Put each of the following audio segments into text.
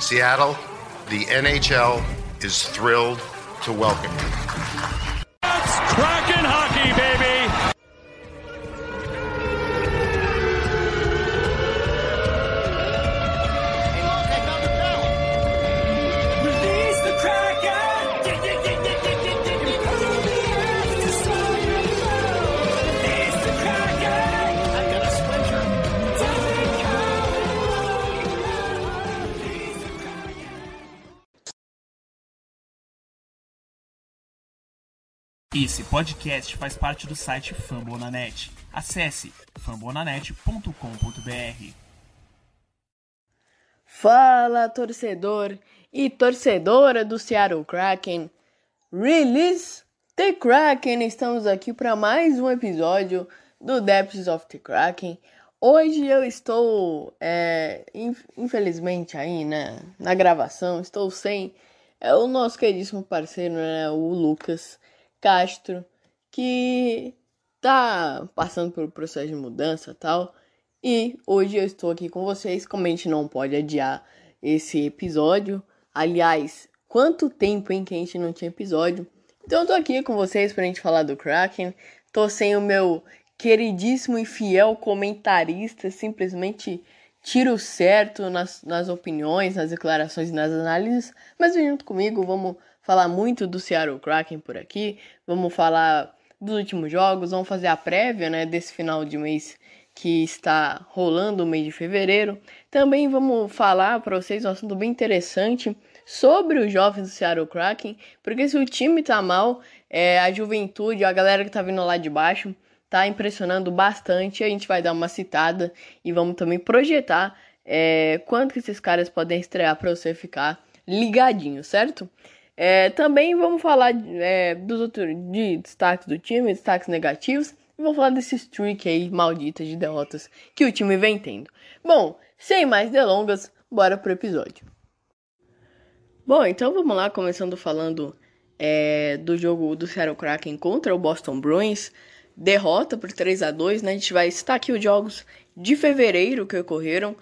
Seattle, the NHL is thrilled to welcome you. It's Kraken hockey, baby! Release the Kraken! Release the Kraken! I got a splinter. Esse podcast faz parte do site Fambonanet. Acesse fambonanet.com.br. Fala, torcedor e torcedora do Seattle Kraken. Release the Kraken. Estamos aqui para mais um episódio do Depths of the Kraken. Hoje eu estou, infelizmente aí, né, na gravação, estou sem o nosso queridíssimo parceiro, né, o Lucas Castro, que tá passando por um processo de mudança e tal. E hoje eu estou aqui com vocês, como a gente não pode adiar esse episódio. Aliás, quanto tempo, hein, que a gente não tinha episódio. Então eu tô aqui com vocês pra gente falar do Kraken. Tô sem o meu queridíssimo e fiel comentarista, simplesmente tiro certo nas opiniões, nas declarações e nas análises. Mas vem junto comigo, vamos falar muito do Seattle Kraken por aqui. Vamos falar dos últimos jogos, vamos fazer a prévia, né, desse final de mês que está rolando o mês de fevereiro. Também vamos falar para vocês um assunto bem interessante sobre os jovens do Seattle Kraken, porque se o time tá mal, a juventude, a galera que tá vindo lá de baixo, tá impressionando bastante. A gente vai dar uma citada e vamos também projetar quanto que esses caras podem estrear para você ficar ligadinho, certo? Também vamos falar de destaques do time, destaques negativos. E vamos falar desse streak aí maldita de derrotas que o time vem tendo. Bom, sem mais delongas, bora pro episódio. Bom, então vamos lá, começando falando do jogo do Seattle Kraken contra o Boston Bruins. Derrota por 3-2, né? A gente vai citar aqui os jogos de fevereiro que ocorreram.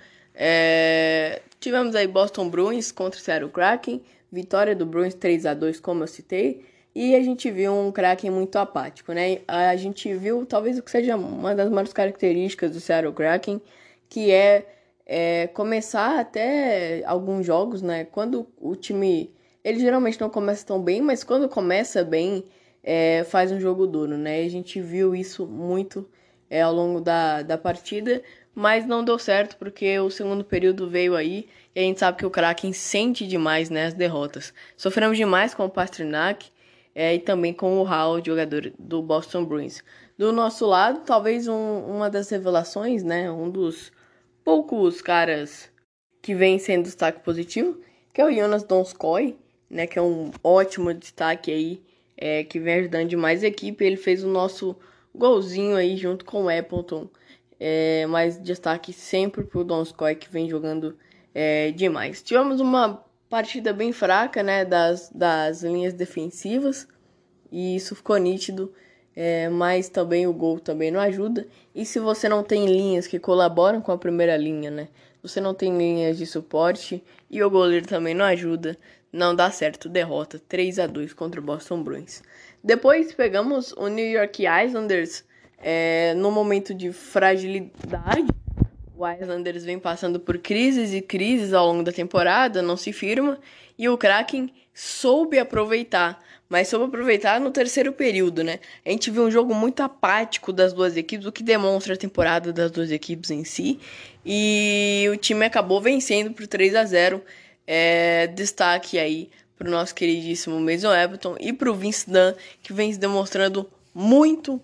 Tivemos aí Boston Bruins contra o Seattle Kraken. Vitória do Bruins 3-2, como eu citei. E a gente viu um Kraken muito apático, né? A gente viu talvez o que seja uma das maiores características do Seattle Kraken, que é começar até alguns jogos, né? Quando o time, ele geralmente não começa tão bem, mas quando começa bem, faz um jogo duro, né? A gente viu isso muito ao longo da partida, mas não deu certo porque o segundo período veio aí e a gente sabe que o Kraken sente demais, né, as derrotas. Sofremos demais com o Pastrnak, e também com o Hall, jogador do Boston Bruins. Do nosso lado, talvez uma das revelações, né? Um dos poucos caras que vem sendo destaque positivo, que é o Jonas Donskoi, né? Que é um ótimo destaque aí, que vem ajudando demais a equipe. Ele fez o nosso golzinho aí junto com o Appleton. Mas destaque sempre pro Donskoi, que vem jogando demais. Tivemos uma partida bem fraca, né, das linhas defensivas, e isso ficou nítido, mas também o gol também não ajuda. E se você não tem linhas que colaboram com a primeira linha, né, você não tem linhas de suporte e o goleiro também não ajuda, não dá certo. Derrota 3-2 contra o Boston Bruins. Depois pegamos o New York Islanders no momento de fragilidade. O Islanders vem passando por crises e crises ao longo da temporada, não se firma, e o Kraken soube aproveitar, mas soube aproveitar no terceiro período, né? A gente viu um jogo muito apático das duas equipes, o que demonstra a temporada das duas equipes em si, e o time acabou vencendo por 3-0. Destaque aí para o nosso queridíssimo Mason Appleton e para o Vince Dunn, que vem se demonstrando muito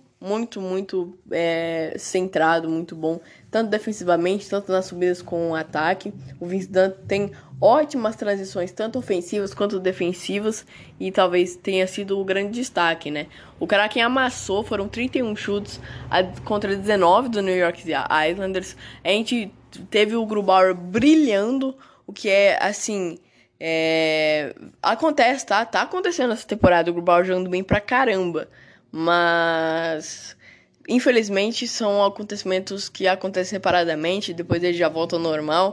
centrado, muito bom, tanto defensivamente, tanto nas subidas com o ataque. O Vince Dunn tem ótimas transições, tanto ofensivas quanto defensivas, e talvez tenha sido o grande destaque, né? O Kraken amassou, foram 31 chutes contra 19 do New York Islanders. A gente teve o Grubauer brilhando, o que assim, acontece, tá acontecendo essa temporada, o Grubauer jogando bem pra caramba. Mas infelizmente são acontecimentos que acontecem separadamente, depois ele já volta ao normal.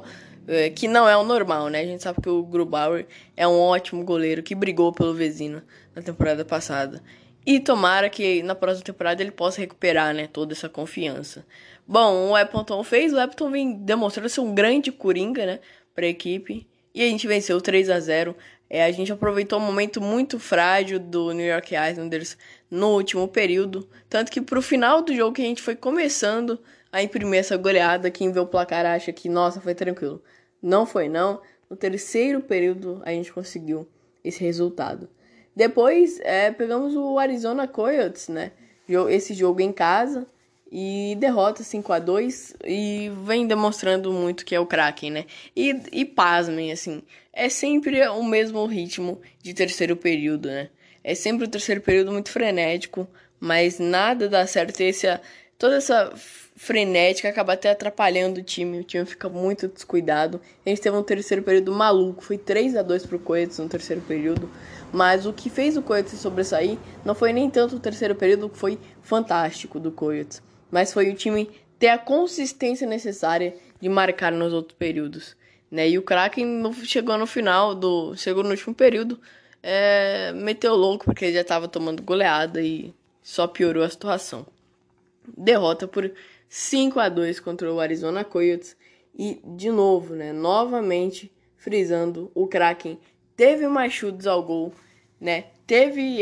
que não é o normal, né? A gente sabe que o Grubauer é um ótimo goleiro que brigou pelo Vezina na temporada passada. E tomara que na próxima temporada ele possa recuperar, né, toda essa confiança. Bom, o Appleton fez, o Appleton vem demonstrando ser um grande coringa, né, para a equipe. E a gente venceu 3-0. A gente aproveitou um momento muito frágil do New York Islanders no último período. Tanto que pro final do jogo que a gente foi começando a imprimir essa goleada, quem vê o placar acha que, nossa, foi tranquilo. Não foi, não. No terceiro período a gente conseguiu esse resultado. Depois pegamos o Arizona Coyotes, né? Esse jogo em casa. E derrota 5-2 e vem demonstrando muito que é o Kraken, né? E pasmem, assim, é sempre o mesmo ritmo de terceiro período, né? É sempre o terceiro período muito frenético, mas nada dá certo. Toda essa frenética acaba até atrapalhando o time fica muito descuidado. A gente teve um terceiro período maluco, foi 3-2 pro Coyotes no terceiro período. Mas o que fez o Coyotes se sobressair não foi nem tanto o terceiro período, que foi fantástico do Coyotes, mas foi o time ter a consistência necessária de marcar nos outros períodos, né? E o Kraken chegou no último período, meteu louco porque ele já estava tomando goleada e só piorou a situação. Derrota por 5-2 contra o Arizona Coyotes e, de novo, né? Novamente frisando, o Kraken teve mais chutes ao gol, né? Teve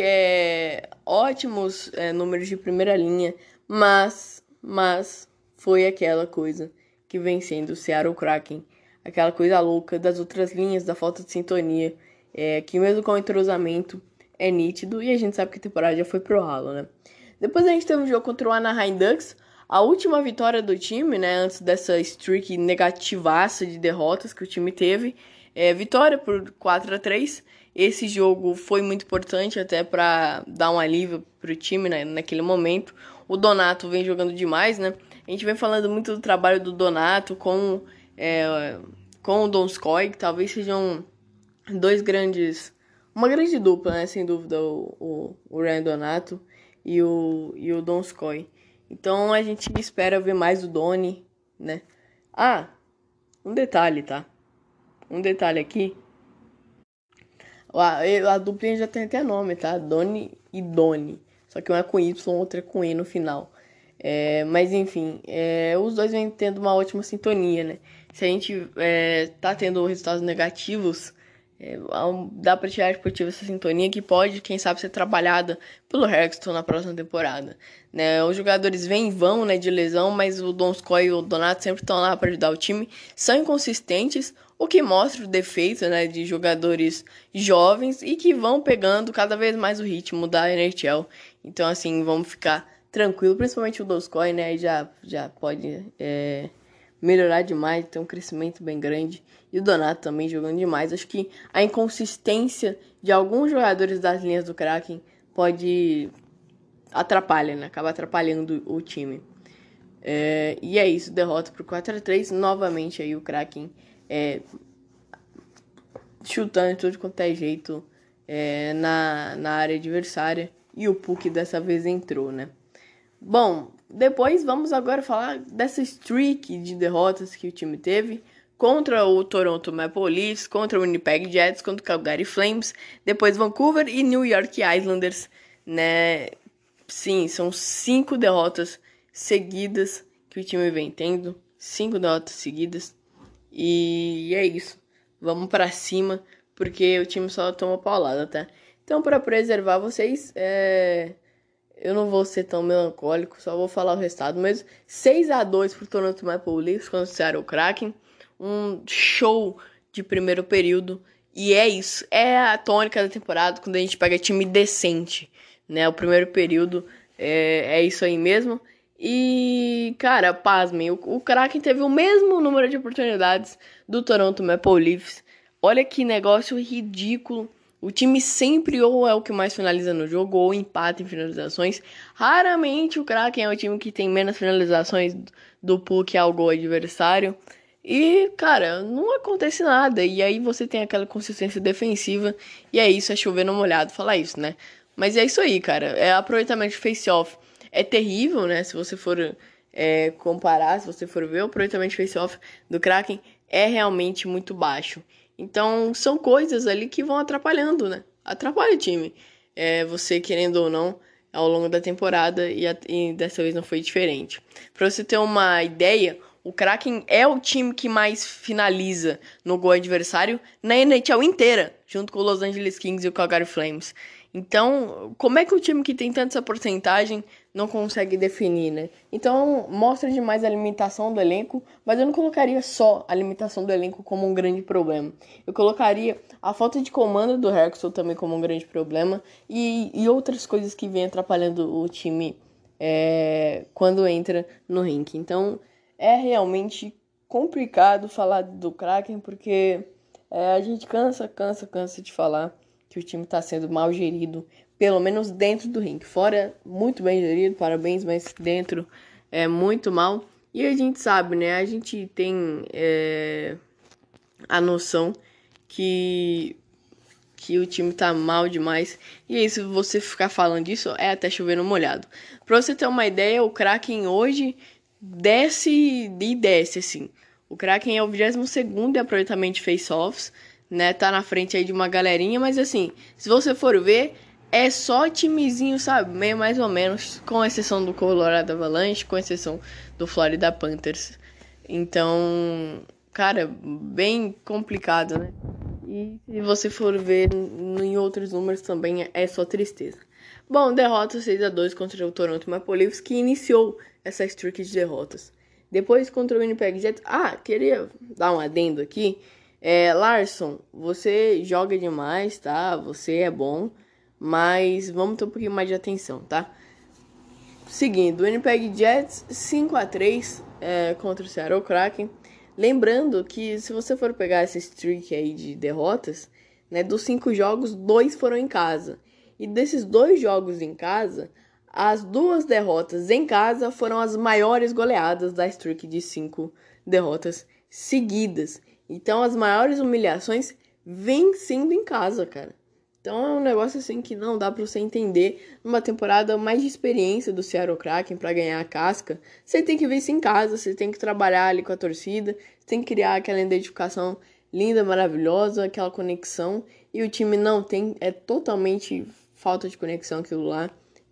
ótimos números de primeira linha, mas foi aquela coisa que vem sendo o Seattle Kraken, aquela coisa louca das outras linhas, da falta de sintonia, que mesmo com o entrosamento é nítido, e a gente sabe que a temporada já foi pro ralo, né? Depois a gente teve um jogo contra o Anaheim Ducks, a última vitória do time, né, antes dessa streak negativaça de derrotas que o time teve, vitória por 4-3, esse jogo foi muito importante até para dar um alívio pro time, né, naquele momento. O Donato vem jogando demais, né? A gente vem falando muito do trabalho do Donato com o Donskoy, que talvez sejam uma grande dupla, né? Sem dúvida, o Ryan Donato e o Donskoy. Então a gente espera ver mais o Doni, né? Um detalhe, tá? Um detalhe aqui. A duplinha já tem até nome, tá? Doni e Doni. Só que um é com Y, outro é com E no final. Mas enfim, os dois vêm tendo uma ótima sintonia, né? Se a gente tá tendo resultados negativos, dá pra tirar de essa sintonia que pode, quem sabe, ser trabalhada pelo Hextall na próxima temporada, né? Os jogadores vêm e vão, né, de lesão, mas o Donskoy e o Donato sempre estão lá para ajudar o time. São inconsistentes, o que mostra o defeito, né, de jogadores jovens e que vão pegando cada vez mais o ritmo da NHL. Então, assim, vamos ficar tranquilo, principalmente o Donskoy, né, já pode melhorar demais, ter um crescimento bem grande. E o Donato também jogando demais. Acho que a inconsistência de alguns jogadores das linhas do Kraken pode atrapalhar, né? Acaba atrapalhando o time. E é isso, derrota por 4-3. Novamente aí o Kraken chutando de tudo quanto é jeito na área adversária. E o Puck dessa vez entrou, né? Bom, depois vamos agora falar dessa streak de derrotas que o time teve contra o Toronto Maple Leafs, contra o Winnipeg Jets, contra o Calgary Flames, depois Vancouver e New York Islanders, né? Sim, são 5 derrotas seguidas que o time vem tendo, 5 derrotas seguidas, e é isso. Vamos pra cima, porque o time só toma paulada, tá? Então, para preservar vocês, eu não vou ser tão melancólico, só vou falar o resultado mesmo. 6-2 pro Toronto Maple Leafs contra o Seattle Kraken. Um show de primeiro período. E é isso. É a tônica da temporada quando a gente pega time decente, né? O primeiro período é isso aí mesmo. E, cara, pasmem. O Kraken teve o mesmo número de oportunidades do Toronto Maple Leafs. Olha que negócio ridículo. O time sempre ou é o que mais finaliza no jogo ou empata em finalizações. Raramente o Kraken é o time que tem menos finalizações do Puck ao gol adversário. E, cara, não acontece nada. E aí você tem aquela consistência defensiva. E é isso, é chover no molhado falar isso, né? Mas é isso aí, cara. Aproveitamento de face-off é terrível, né? Se você for comparar, se você for ver, o aproveitamento de face-off do Kraken é realmente muito baixo. Então, são coisas ali que vão atrapalhando, né? Atrapalha o time. Você querendo ou não, ao longo da temporada, e dessa vez não foi diferente. Pra você ter uma ideia, o Kraken é o time que mais finaliza no gol adversário na NHL inteira, junto com o Los Angeles Kings e o Calgary Flames. Então, como é que o time que tem tanta essa porcentagem não consegue definir, né? Então, mostra demais a limitação do elenco, mas eu não colocaria só a limitação do elenco como um grande problema. Eu colocaria a falta de comando do Hextall também como um grande problema e outras coisas que vêm atrapalhando o time quando entra no rink. Então, é realmente complicado falar do Kraken porque a gente cansa de falar que o time está sendo mal gerido, pelo menos dentro do ringue. Fora, muito bem gerido, parabéns, mas dentro é muito mal. E a gente sabe, né? A gente tem a noção que o time tá mal demais. E aí, se você ficar falando disso, é até chover no molhado. Pra você ter uma ideia, o Kraken hoje desce, assim. O Kraken é o 22º em aproveitamento de face-offs, né? Tá na frente aí de uma galerinha, mas assim, se você for ver, é só timezinho, sabe? Meio mais ou menos, com exceção do Colorado Avalanche, com exceção do Florida Panthers. Então, cara, bem complicado, né? E se você for ver em outros números também é só tristeza. Bom, derrota 6-2 contra o Toronto Maple Leafs, que iniciou essa streak de derrotas. Depois contra o Winnipeg Jets. Queria dar um adendo aqui. Larson, você joga demais, tá? Você é bom, mas vamos ter um pouquinho mais de atenção, tá? Seguindo, o Winnipeg Jets 5-3 contra o Seattle Kraken. Lembrando que se você for pegar essa streak aí de derrotas, né, dos 5 jogos, 2 foram em casa. E desses 2 jogos em casa, as 2 derrotas em casa foram as maiores goleadas da streak de 5 derrotas seguidas. Então, as maiores humilhações vêm sendo em casa, cara. Então, é um negócio assim que não dá pra você entender. Numa temporada mais de experiência do Seattle Kraken pra ganhar a casca, você tem que ver isso em casa, você tem que trabalhar ali com a torcida, você tem que criar aquela identificação linda, maravilhosa, aquela conexão. E o time não tem, é totalmente falta de conexão aquilo lá.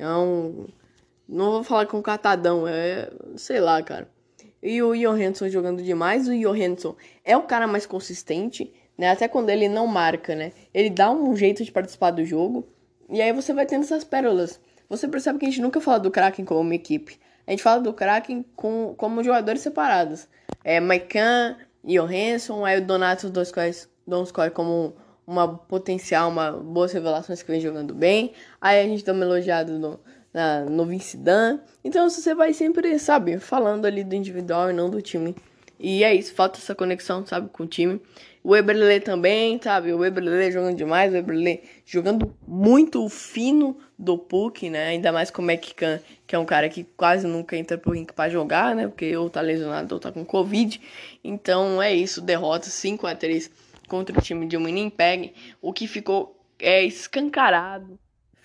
Não vou falar com catadão, sei lá, cara. E o Johansson jogando demais. O Johansson é o cara mais consistente, né? Até quando ele não marca, né? Ele dá um jeito de participar do jogo. E aí você vai tendo essas pérolas. Você percebe que a gente nunca fala do Kraken como uma equipe. A gente fala do Kraken como jogadores separados. McCann, Johansson, aí o Donato Donskoy como uma potencial, uma boas revelações que vem jogando bem. Aí a gente dá uma elogiada no Vince Dunn. Então você vai sempre, sabe, falando ali do individual e não do time. E é isso, falta essa conexão, sabe, com o time. O Eberle também, sabe, o Eberle jogando demais, o Eberle jogando muito fino do puck, né, ainda mais com o McCann, que é um cara que quase nunca entra pro rink pra jogar, né, porque ou tá lesionado ou tá com Covid. Então é isso, derrota 5-3 contra o time de Winnipeg. O que ficou escancarado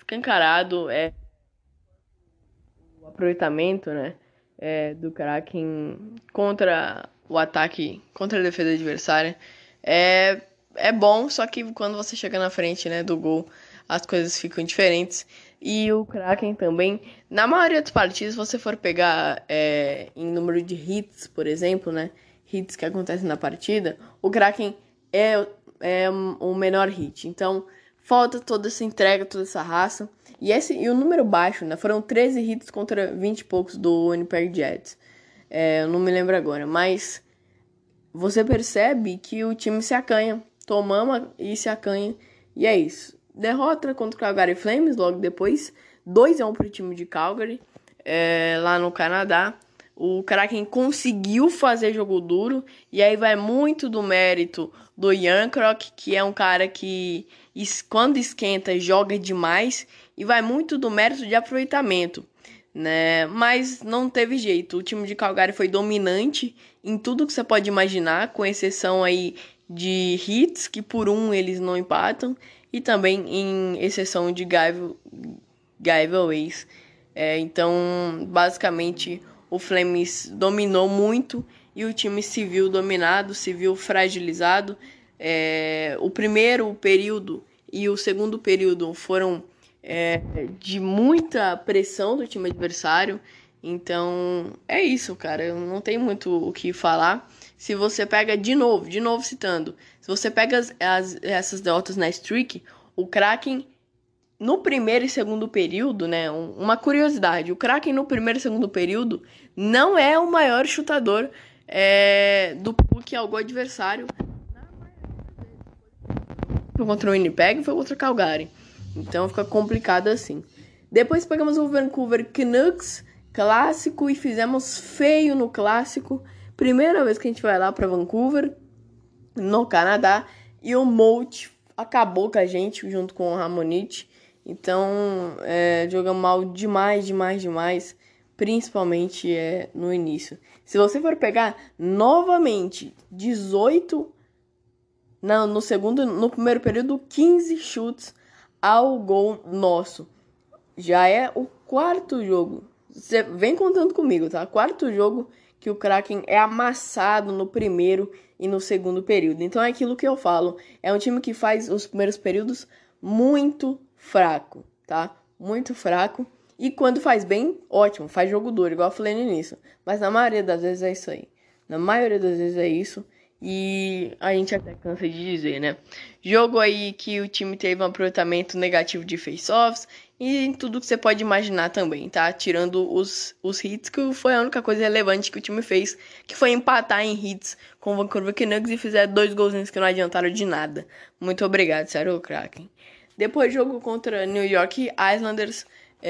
é o aproveitamento, né, do Kraken contra o ataque, contra a defesa adversária. É bom, só que quando você chega na frente, né, do gol, as coisas ficam diferentes. E o Kraken também, na maioria dos partidos, se você for pegar em número de hits, por exemplo, né, hits que acontecem na partida, o Kraken é o menor hit. Então, falta toda essa entrega, toda essa raça. E o número baixo, né? Foram 13 hits contra 20 e poucos do Winnipeg Jets. Eu não me lembro agora, mas você percebe que o time se acanha. Tomamos e se acanha. E é isso. Derrota contra o Calgary Flames logo depois. 2-1 pro time de Calgary, lá no Canadá. O Kraken conseguiu fazer jogo duro. E aí vai muito do mérito do Järnkrok, que é um cara que quando esquenta joga demais. E vai muito do mérito de aproveitamento, né? Mas não teve jeito. O time de Calgary foi dominante em tudo que você pode imaginar, com exceção aí de hits, que por eles não empatam. E também em exceção de giveaways. Então, basicamente, o Flames dominou muito e o time se viu dominado, se viu fragilizado. O primeiro período e o segundo período foram de muita pressão do time adversário. Então, é isso, cara. Eu não tenho muito o que falar. Se você pega, de novo citando, se você pega essas derrotas na streak, o Kraken, no primeiro e segundo período, né? Uma curiosidade, o Kraken no primeiro e segundo período não é o maior chutador do puck ao gol adversário. Foi contra o Winnipeg e foi contra o Calgary. Então fica complicado assim. Depois pegamos o Vancouver Canucks, clássico, e fizemos feio no clássico. Primeira vez que a gente vai lá para Vancouver, no Canadá, e o Molt acabou com a gente junto com o Ramonite. Então jogamos mal demais, principalmente no início. Se você for pegar novamente 18, não, no primeiro período 15 chutes ao gol nosso. Já é o quarto jogo. Você vem contando comigo, tá? Quarto jogo que o Kraken é amassado no primeiro e no segundo período. Então é aquilo que eu falo. É um time que faz os primeiros períodos muito fraco, tá? Muito fraco. E quando faz bem, ótimo. Faz jogo duro, igual eu falei no início. Mas na maioria das vezes é isso aí. Na maioria das vezes é isso. E a gente até cansa de dizer, né? Jogo aí que o time teve um aproveitamento negativo de face-offs e em tudo que você pode imaginar também, tá? Tirando os hits, que foi a única coisa relevante que o time fez, que foi empatar em hits com o Vancouver Canucks e fizer 2 golzinhos que não adiantaram de nada. Muito obrigado, sério, Kraken. Depois jogo contra New York Islanders,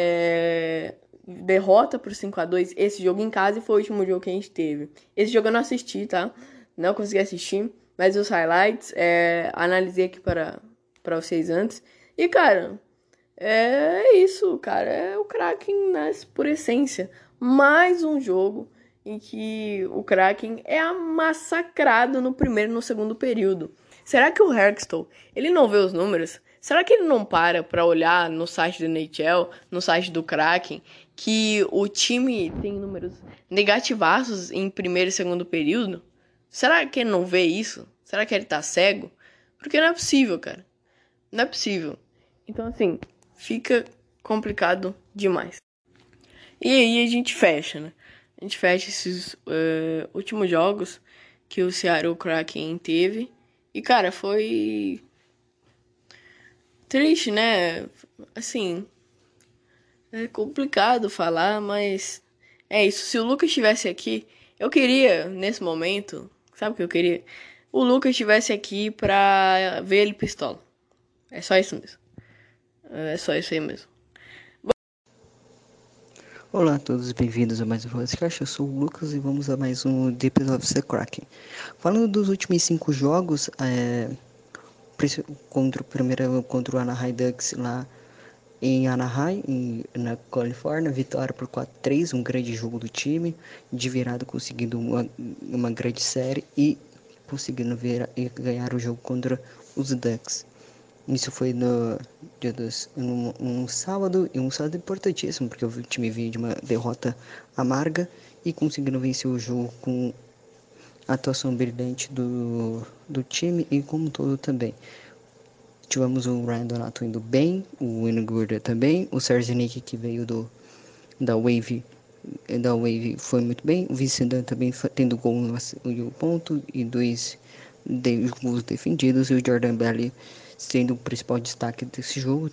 derrota por 5-2, esse jogo em casa, e foi o último jogo que a gente teve. Esse jogo eu não assisti, tá? Não consegui assistir, mas os highlights analisei aqui para vocês antes. E, cara, é isso, cara. É o Kraken, né, por essência. Mais um jogo em que o Kraken é massacrado no primeiro e no segundo período. Será que o Hextall, ele não vê os números? Será que ele não para olhar no site do NHL, no site do Kraken, que o time tem números negativaços em primeiro e segundo período? Será que ele não vê isso? Será que ele tá cego? Porque não é possível, cara. Não é possível. Então, assim, fica complicado demais. E aí a gente fecha, né? A gente fecha esses últimos jogos que o Seattle Kraken teve. E, cara, foi triste, né? Assim, é complicado falar, mas é isso. Se o Lucas estivesse aqui, eu queria, nesse momento, sabe o que eu queria? O Lucas estivesse aqui pra ver ele pistola. É só isso mesmo. É só isso aí mesmo. Olá a todos, bem-vindos a mais um podcast. Eu sou o Lucas e vamos a mais um Deep of the Kraken. Falando dos últimos 5 jogos, contra o Anaheim Ducks lá em Anaheim, na Califórnia, vitória por 4-3, um grande jogo do time, de virada conseguindo uma grande série e conseguindo ganhar o jogo contra os Ducks. Isso foi no dia um sábado, e um sábado importantíssimo, porque o time vinha de uma derrota amarga e conseguindo vencer o jogo com a atuação brilhante do time e como um todo também. Tivemos o Ryan Donato indo bem, o Wayne Gourde também, o Serzenic, que veio da Wave foi muito bem, o Vince Dunn também tendo gol no ponto e 2 gols defendidos, e o Jordan Belli sendo o principal destaque desse jogo,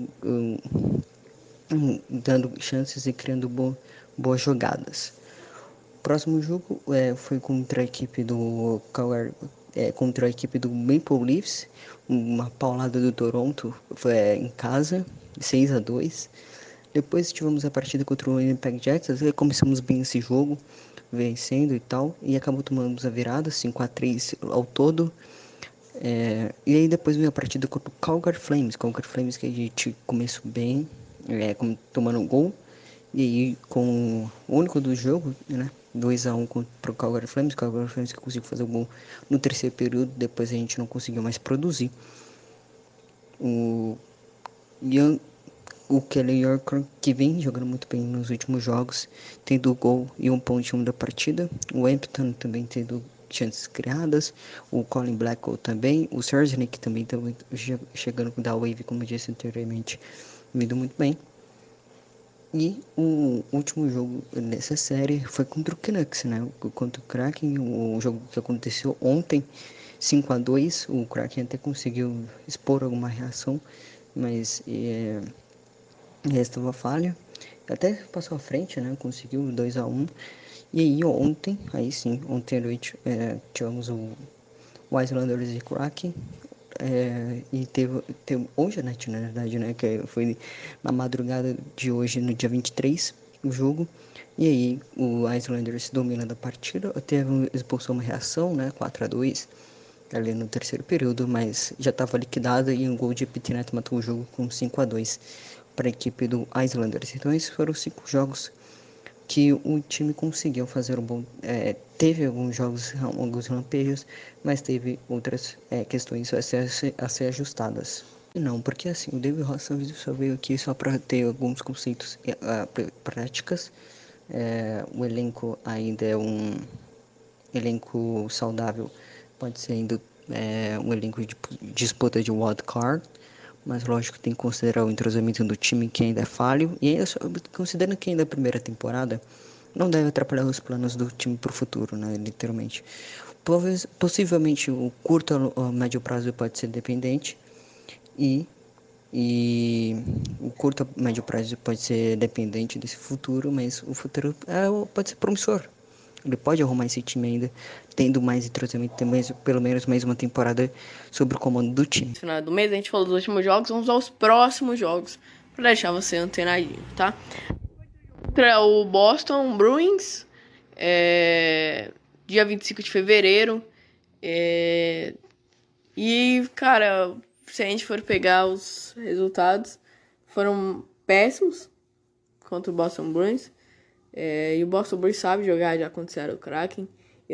dando chances e criando boas jogadas. O próximo jogo foi contra a equipe do contra a equipe do Maple Leafs, uma paulada do Toronto, foi em casa, 6-2. Depois tivemos a partida contra o Winnipeg Jets, começamos bem esse jogo, vencendo e tal, e acabou tomando a virada, 5-3 ao todo. E aí depois veio a partida contra o Calgary Flames que a gente começou bem, tomando um gol, e aí com o único do jogo, né, 2-1 contra o Calgary Flames que conseguiu fazer o gol no terceiro período, depois a gente não conseguiu mais produzir. O o Kelly Yorker, que vem jogando muito bem nos últimos jogos, tendo gol e um pontinho da partida. O Hampton também tendo chances criadas. O Colin Blackwell também. O Sersnick também está chegando da Wave, como eu disse anteriormente, vindo muito bem. E o último jogo nessa série foi contra o Canucks, né? Contra o Kraken, o jogo que aconteceu ontem, 5-2. O Kraken até conseguiu expor alguma reação, mas restava falha. Até passou à frente, né? Conseguiu 2-1. E aí ontem à noite, tivemos o Islanders e Kraken. E teve hoje, né, na verdade, né, que foi na madrugada de hoje, no dia 23, o jogo. E aí o Islanders domina da partida, expulsou uma reação, né, 4-2 ali no terceiro período, mas já estava liquidada e um gol de Pitnet matou o jogo com 5-2 para a equipe do Islanders. Então esses foram os 5 jogos que o time conseguiu fazer um bom... teve alguns jogos, alguns lampejos, mas teve outras questões a ser ajustadas. Não, porque assim, o David Ross só veio aqui só para ter alguns conceitos práticas. O elenco ainda é um elenco saudável, pode ser ainda um elenco de disputa de wildcard, mas lógico tem que considerar o entrosamento do time, que ainda é falho, e ainda, considerando que ainda é a primeira temporada, não deve atrapalhar os planos do time para o futuro, né, literalmente. Possivelmente o curto ou médio prazo pode ser dependente, e o curto a médio prazo pode ser dependente desse futuro, mas o futuro pode ser promissor. Ele pode arrumar esse time ainda, tendo mais entrosamento, pelo menos mais uma temporada sob o comando do time. No final do mês a gente falou dos últimos jogos, vamos aos próximos jogos, para deixar você antenadinho, tá? Contra o Boston Bruins, dia 25 de fevereiro. E, cara, se a gente for pegar os resultados, foram péssimos contra o Boston Bruins. E o Boston Bruins sabe jogar, já aconteceu o Kraken.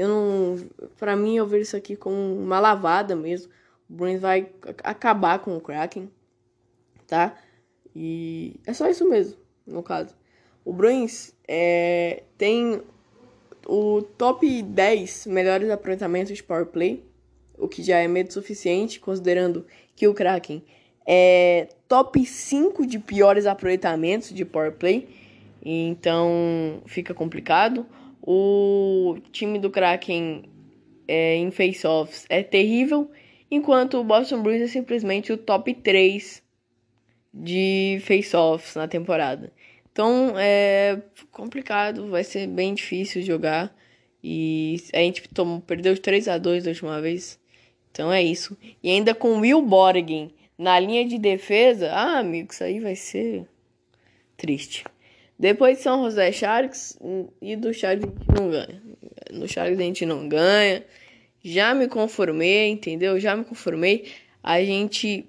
Pra mim, eu vejo isso aqui como uma lavada mesmo. O Bruins vai acabar com o Kraken, tá? E é só isso mesmo, no caso. O Bruins tem o top 10 melhores aproveitamentos de power play, o que já é meio suficiente, considerando que o Kraken é top 5 de piores aproveitamentos de power play. Então fica complicado. O time do Kraken em face-offs é terrível, enquanto o Boston Bruins é simplesmente o top 3 de face-offs na temporada. Então é complicado, vai ser bem difícil jogar. E a gente perdeu 3-2 da última vez. Então é isso. E ainda com o Will Borgen na linha de defesa, amigo, isso aí vai ser triste. Depois de São José Sharks, e do Sharks a gente não ganha. No Sharks a gente não ganha. Já me conformei, entendeu? Já me conformei. A gente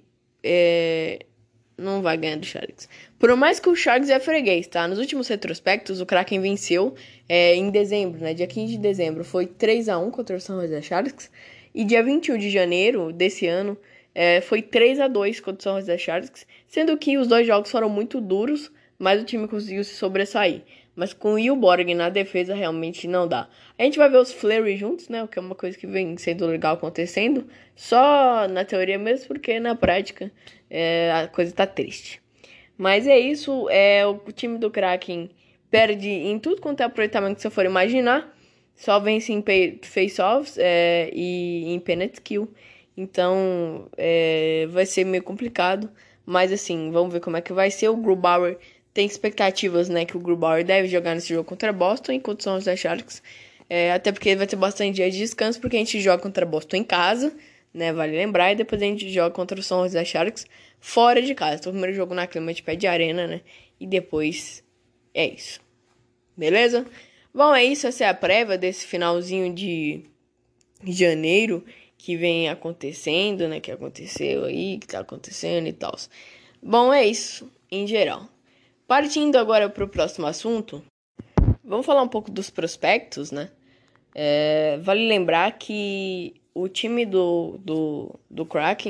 não vai ganhar do Sharks. Por mais que o Sharks é freguês, tá? Nos últimos retrospectos, o Kraken venceu em dezembro, né? Dia 15 de dezembro foi 3-1 contra o São José Sharks. E dia 21 de janeiro desse ano foi 3-2 contra o São José Sharks. Sendo que os dois jogos foram muito duros, mas o time conseguiu se sobressair. Mas com o Will Borgen na defesa realmente não dá. A gente vai ver os Fleury juntos, né? O que é uma coisa que vem sendo legal acontecendo. Só na teoria mesmo, porque na prática a coisa tá triste. Mas é isso. O time do Kraken perde em tudo quanto é aproveitamento que você for imaginar. Só vence em face-offs e em penalty kill. Então vai ser meio complicado. Mas assim, vamos ver como é que vai ser. O Grubauer tem expectativas, né, que o Grubauer deve jogar nesse jogo contra Boston, enquanto são os Sharks. Até porque vai ter bastante dia de descanso, porque a gente joga contra Boston em casa, né, vale lembrar. E depois a gente joga contra o São José Sharks fora de casa. Então o primeiro jogo na clima de pé de arena, né, e depois é isso. Beleza? Bom, é isso. Essa é a prévia desse finalzinho de janeiro que vem acontecendo, né, que aconteceu aí, que tá acontecendo e tal. Bom, é isso, em geral. Partindo agora para o próximo assunto, vamos falar um pouco dos prospectos, né? Vale lembrar que o time do Kraken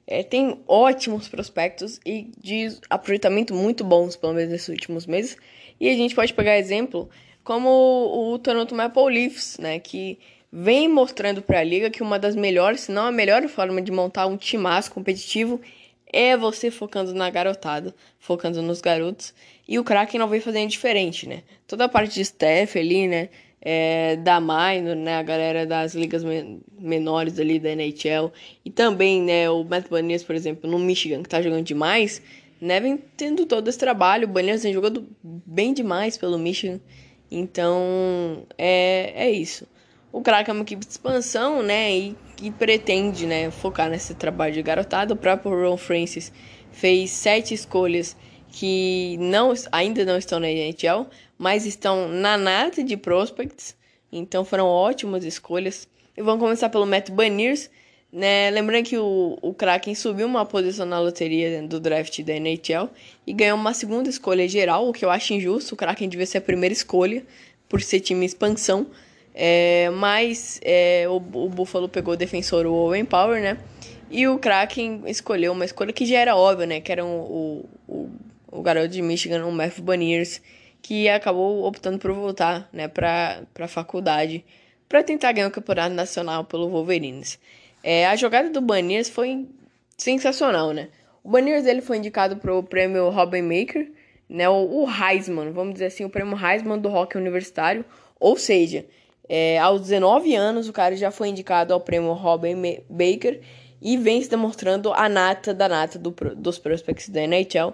tem ótimos prospectos e de aproveitamento muito bons, pelo menos nesses últimos meses. E a gente pode pegar exemplo como o Toronto Maple Leafs, né, que vem mostrando para a liga que uma das melhores, se não a melhor forma de montar um timaço competitivo é você focando na garotada, focando nos garotos. E o Kraken não vem fazendo diferente, né? Toda a parte de staff ali, né? Da minor, né? A galera das ligas menores ali da NHL. E também, né? O Matt Beniers, por exemplo, no Michigan, que tá jogando demais, né? Vem tendo todo esse trabalho. O Beniers vem jogando bem demais pelo Michigan. Então, é isso. O Kraken é uma equipe de expansão, né? E pretende, né, focar nesse trabalho de garotada. O próprio Ron Francis fez 7 escolhas que ainda não estão na NHL, mas estão na nata de prospects. Então foram ótimas escolhas. E vamos começar pelo Matt Beniers, né? Lembrando que o Kraken subiu uma posição na loteria do draft da NHL e ganhou uma segunda escolha geral, o que eu acho injusto. O Kraken devia ser a primeira escolha por ser time expansão. Mas o Buffalo pegou o defensor, o Owen Power, né? E o Kraken escolheu uma escolha que já era óbvia, né? Que era o garoto de Michigan, o Matthew Beniers, que acabou optando por voltar, né, pra faculdade para tentar ganhar o campeonato nacional pelo Wolverines. A jogada do Beniers foi sensacional, né? O Beniers ele foi indicado pro prêmio Robin Maker, né? O Heisman, vamos dizer assim, o prêmio Heisman do hockey universitário. Ou seja, aos 19 anos o cara já foi indicado ao prêmio Robin Baker e vem se demonstrando a nata da nata dos prospects da NHL.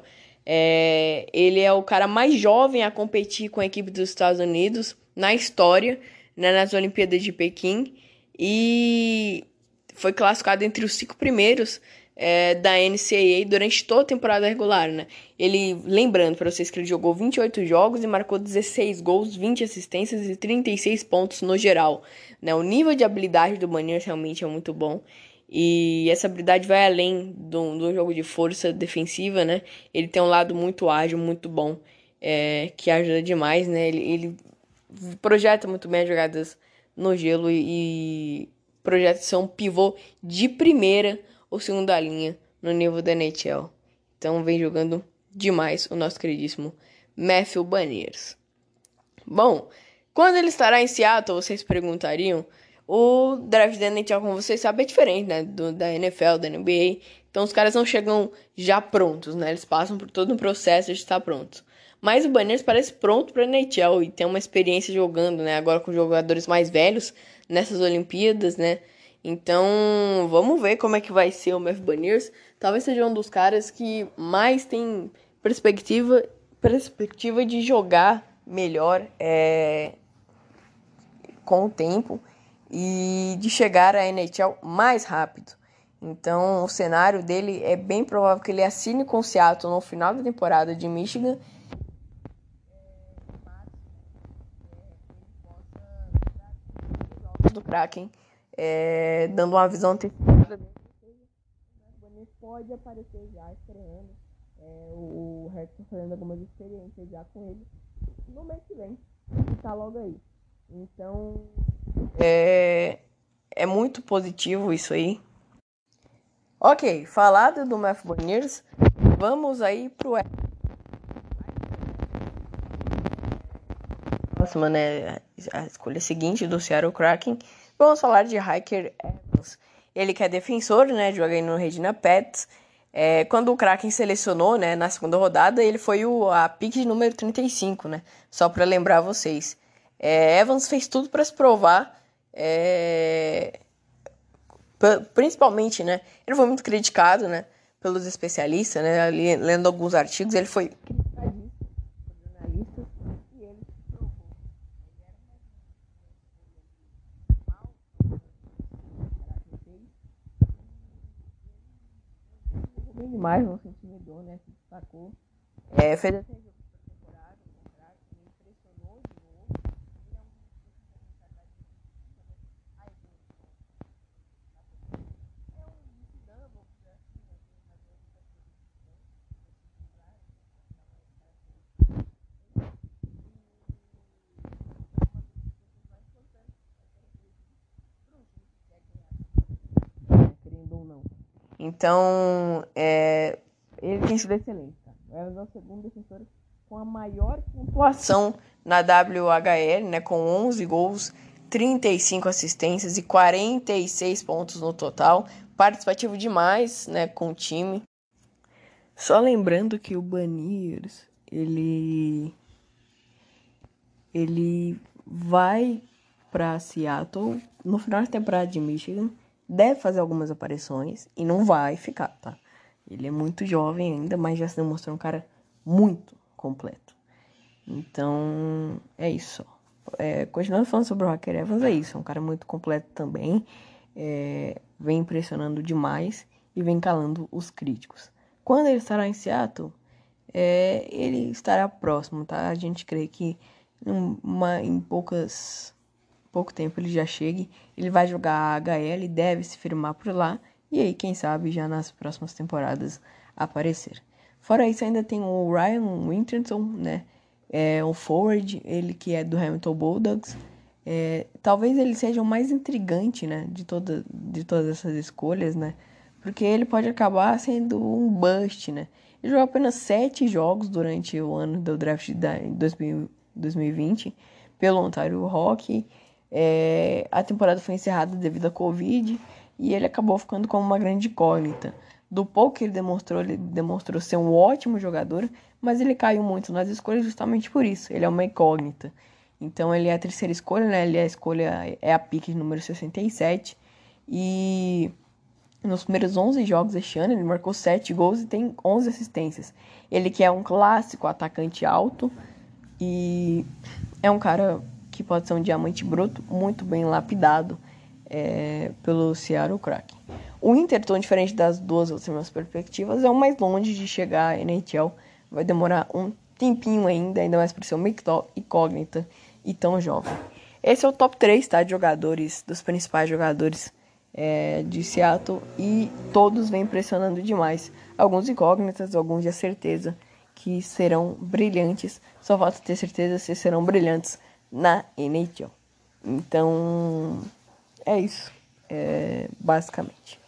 Ele é o cara mais jovem a competir com a equipe dos Estados Unidos na história, né, nas Olimpíadas de Pequim, e foi classificado entre os 5 primeiros da NCAA durante toda a temporada regular, né? Lembrando para vocês que ele jogou 28 jogos e marcou 16 gols, 20 assistências e 36 pontos no geral, né? O nível de habilidade do Beniers realmente é muito bom. E essa habilidade vai além do jogo de força defensiva, né? Ele tem um lado muito ágil, muito bom, que ajuda demais, né? Ele projeta muito bem as jogadas no gelo e projeta ser um pivô de primeira ou segunda linha no nível da NHL. Então vem jogando demais o nosso queridíssimo Matthew Beniers. Bom, quando ele estará em Seattle, vocês perguntariam. O draft da NHL, como vocês sabem, é diferente, né, da NFL, da NBA. Então os caras não chegam já prontos, né? Eles passam por todo um processo de estar prontos. Mas o Beniers parece pronto para a NHL e tem uma experiência jogando, né? Agora com jogadores mais velhos nessas Olimpíadas, né? Então vamos ver como é que vai ser o Matthew Beniers. Talvez seja um dos caras que mais tem perspectiva de jogar melhor com o tempo e de chegar à NHL mais rápido. Então o cenário dele é bem provável que ele assine com o Seattle no final da temporada de Michigan. Do Kraken, dando uma visão antecipada dele. O pode aparecer já estreando. O Hertz fazendo algumas experiências já com ele no mês que vem, que tá logo aí. Então é muito positivo isso aí. Ok, falado do Matthew Beniers, vamos aí pro próxima, né, a escolha seguinte do Seattle Kraken. Vamos falar de Ryker Evans. Ele que é defensor, né, joga aí no Regina Pats. Quando o Kraken selecionou, né, na segunda rodada, ele foi a pick de número 35, né, só para lembrar vocês. Evans fez tudo para se provar, principalmente, né, ele foi muito criticado, né, pelos especialistas, né, ali, lendo alguns artigos, ele foi criticadíssimo por jornalistas e ele se provou. Bem demais, não se intimidou, né, se destacou. Fez até jogo de temporada, me impressionou de novo. Ele é um Então, ele tem sido excelente. Tá? O Evans é o segundo defensor com a maior pontuação na WHL, né, com 11 gols, 35 assistências e 46 pontos no total. Participativo demais, né, com o time. Só lembrando que o Baniers, ele vai para Seattle no final da temporada de Michigan, deve fazer algumas aparições e não vai ficar, tá? Ele é muito jovem ainda, mas já se demonstrou um cara muito completo. Então, é isso. Continuando falando sobre o Hacker Evans, é isso. É um cara muito completo também. Vem impressionando demais e vem calando os críticos. Quando ele estará em Seattle, ele estará próximo, tá? A gente crê que em pouco tempo ele já chegue. Ele vai jogar a HL, deve se firmar por lá. E aí, quem sabe, já nas próximas temporadas aparecer. Fora isso, ainda tem o Ryan Winterton, né? O forward, ele que é do Hamilton Bulldogs. Talvez ele seja o mais intrigante, né? De todas essas escolhas, né? Porque ele pode acabar sendo um bust, né? Ele jogou apenas 7 jogos durante o ano do draft de 2020 pelo Ontario Hockey. A temporada foi encerrada devido à Covid e ele acabou ficando como uma grande incógnita. Do pouco que ele demonstrou ser um ótimo jogador, mas ele caiu muito nas escolhas justamente por isso. Ele é uma incógnita. Então ele é a terceira escolha, né? É a pick número 67. E nos primeiros 11 jogos este ano, ele marcou 7 gols e tem 11 assistências. Ele que é um clássico atacante alto e é um cara que pode ser um diamante bruto, muito bem lapidado pelo Seattle Kraken. O Inter, tão diferente das duas últimas perspectivas, é o mais longe de chegar à NHL. Vai demorar um tempinho ainda mais por ser uma incógnita e tão jovem. Esse é o top 3, tá, de jogadores, dos principais jogadores de Seattle, e todos vêm impressionando demais. Alguns incógnitas, alguns de certeza que serão brilhantes. Só falta ter certeza se serão brilhantes na NHL. Então, é isso, basicamente.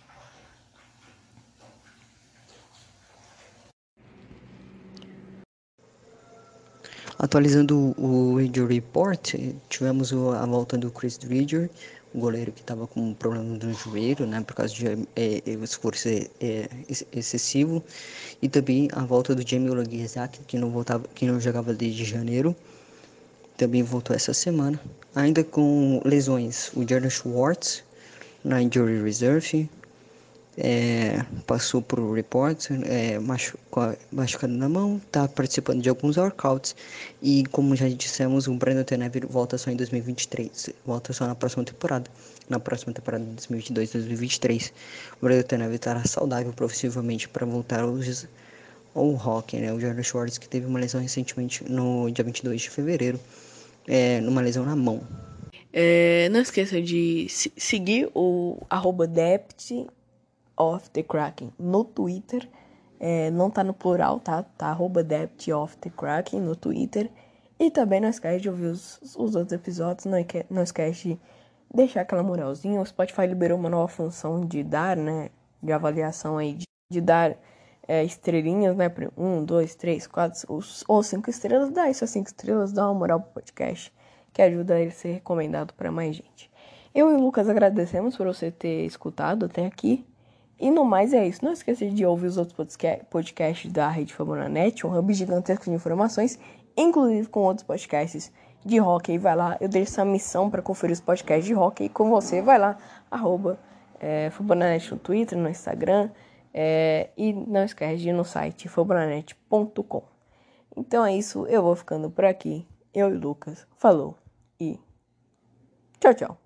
Atualizando o Injury Report, tivemos a volta do Chris Driedger, o goleiro que estava com um problema no joelho, né, por causa de esforço excessivo, e também a volta do Jamie Oleksiak, que não jogava desde janeiro, também voltou essa semana. Ainda com lesões, o Jordan Schwartz na Injury Reserve, passou por report, machucado na mão, está participando de alguns workouts, e como já dissemos, o Brandon Tanev volta só em 2023, volta só na próxima temporada de 2022-2023. O Brandon Tanev estará saudável possivelmente para voltar ao hockey, né? O Jordan Schwartz, que teve uma lesão recentemente no dia 22 de fevereiro, numa lesão na mão. Não esqueça de seguir o @depth of the Kraken no Twitter. Não tá no plural, tá @depth of the Kraken no Twitter. E também não esquece de ouvir os outros episódios. Não esquece de deixar aquela moralzinha. O Spotify liberou uma nova função de dar, né, de avaliação aí, de dar estrelinhas, né, 1, 2, 3, 4 ou 5 estrelas. Dá isso, 5 estrelas, dá uma moral pro podcast, que ajuda ele a ser recomendado para mais gente. Eu e o Lucas agradecemos por você ter escutado até aqui. E no mais é isso. Não esqueça de ouvir os outros podcasts da Rede Fambonanet, um hub gigantesco de informações, inclusive com outros podcasts de hockey. Vai lá, eu deixo essa missão para conferir os podcasts de hockey com você. Vai lá, @Fambonanet no Twitter, no Instagram, e não esquece de ir no site fambonanet.com. Então é isso, eu vou ficando por aqui. Eu e o Lucas, falou e tchau, tchau.